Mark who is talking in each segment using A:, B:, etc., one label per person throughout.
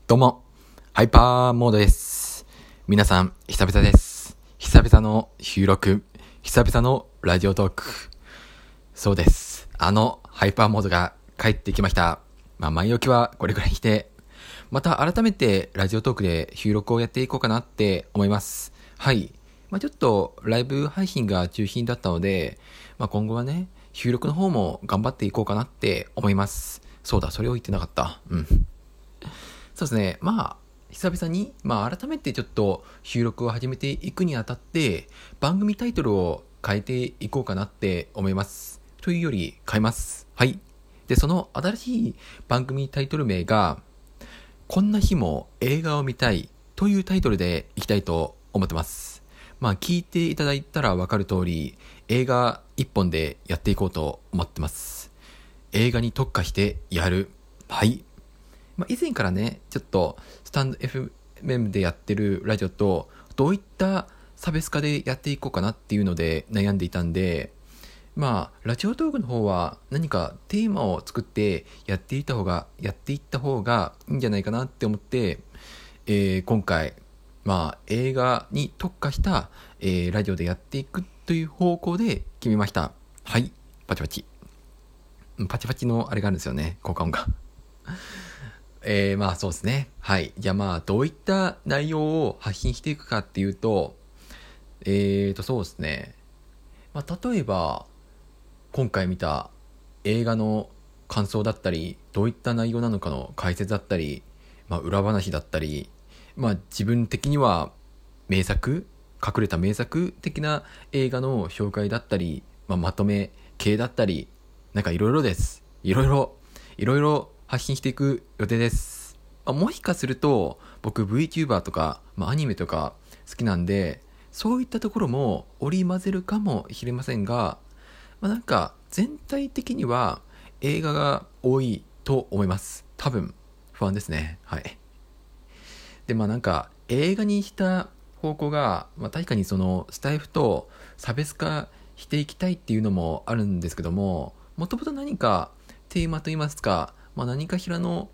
A: どうも、ハイパーモードです。皆さん、久々です。久々の収録、久々のラジオトーク。そうです。ハイパーモードが帰ってきました。前置きはこれくらいにして、また改めてラジオトークで収録をやっていこうかなって思います。はい。ちょっとライブ配信が中心だったので、今後はね、収録の方も頑張っていこうかなって思います。そうだ、それを言ってなかった。そうですね。久々に、改めてちょっと収録を始めていくにあたって、番組タイトルを変えていこうかなって思います。というより、変えます。はい。で、その新しい番組タイトル名が、こんな日も映画を見たいというタイトルでいきたいと思ってます。聞いていただいたらわかる通り、映画一本でやっていこうと思ってます。映画に特化してやる。はい。以前からね、ちょっとスタンド FM でやってるラジオとどういった差別化でやっていこうかなっていうので悩んでいたんで、ラジオトークの方は何かテーマを作ってやっていった方がいいんじゃないかなって思って、今回、映画に特化した、ラジオでやっていくという方向で決めました。はい、パチパチ。パチパチのあれがあるんですよね、効果音が。そうですね。はい。じゃあどういった内容を発信していくかっていうと、そうですね。例えば、今回見た映画の感想だったり、どういった内容なのかの解説だったり、裏話だったり、自分的には名作、隠れた名作的な映画の紹介だったり、まとめ系だったり、いろいろです。いろいろ発信していく予定です。もしかすると僕 VTuber とか、アニメとか好きなんで、そういったところも織り交ぜるかもしれませんが、全体的には映画が多いと思います。多分不安ですね。はい。で映画にした方向が、確かにそのスタイフと差別化していきたいっていうのもあるんですけども、もともと何かテーマといいますか、何かしらの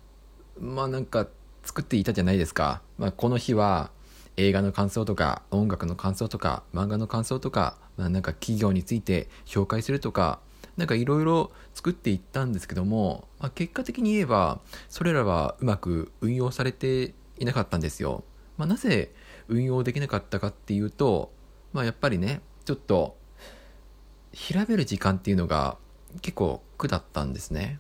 A: 作っていたじゃないですか。この日は映画の感想とか音楽の感想とか漫画の感想とか、企業について紹介するとか、いろいろ作っていったんですけども、結果的に言えばそれらはうまく運用されていなかったんですよ。なぜ運用できなかったかっていうと、やっぱりね、ちょっと調べる時間っていうのが結構苦だったんですね。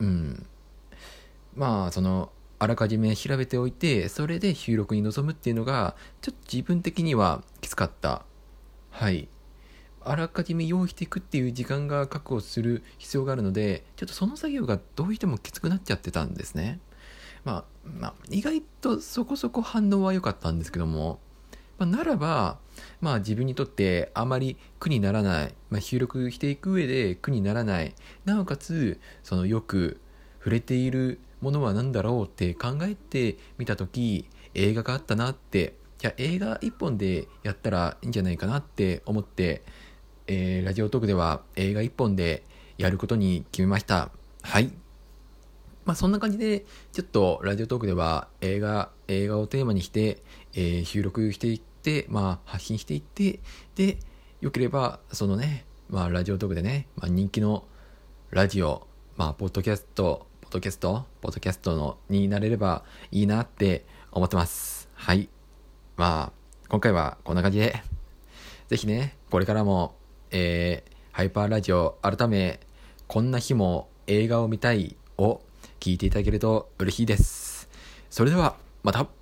A: あらかじめ調べておいて、それで収録に臨むっていうのがちょっと自分的にはきつかった。はい。あらかじめ用意していくっていう時間が確保する必要があるので、ちょっとその作業がどうしてもきつくなっちゃってたんですね。意外とそこそこ反応は良かったんですけども、ならば、自分にとってあまり苦にならない、収録していく上で苦にならない、なおかつそのよく触れているものは何だろうって考えてみたとき、映画があったなって、じゃあ映画一本でやったらいいんじゃないかなって思って、ラジオトークでは映画一本でやることに決めました。はい。そんな感じで、ちょっとラジオトークでは映画をテーマにして、収録していって、発信していって、で、よければ、そのね、ラジオトークでね、人気のラジオ、ポッドキャストのになれればいいなって思ってます。はい。今回はこんな感じで、ぜひね、これからも、ハイパーラジオ、改め、こんな日も映画を見たいを聞いていただけると嬉しいです。それでは、また。